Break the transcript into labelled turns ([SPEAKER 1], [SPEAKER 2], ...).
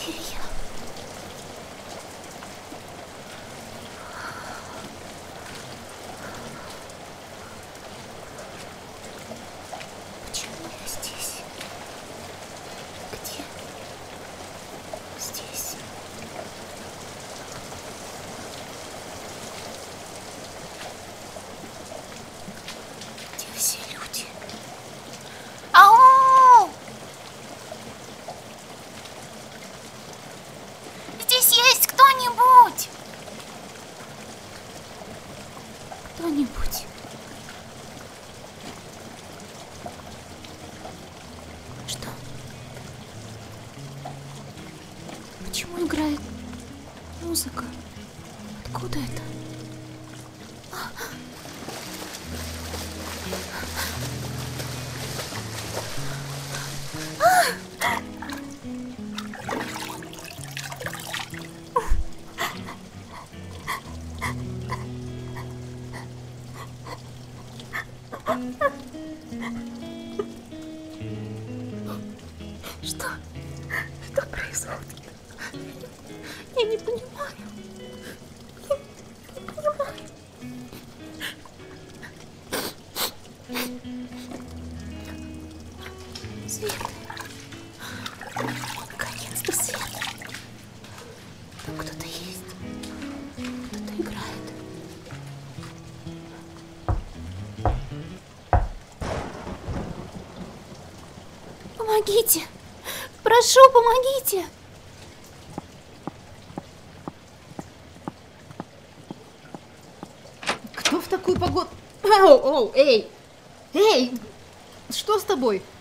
[SPEAKER 1] Илья. Почему я здесь? Где? Здесь. Где все люди? Ау! Здесь есть кто-нибудь? Кто-нибудь? Что? Почему играет музыка? Откуда это? Что? Что происходит? Я не понимаю. Я не понимаю. Свет. Наконец-то свет. Там кто-то есть. Кто-то играет. Помогите! Прошу, помогите!
[SPEAKER 2] Кто в такую погоду? Оу, эй! Эй! Что с тобой?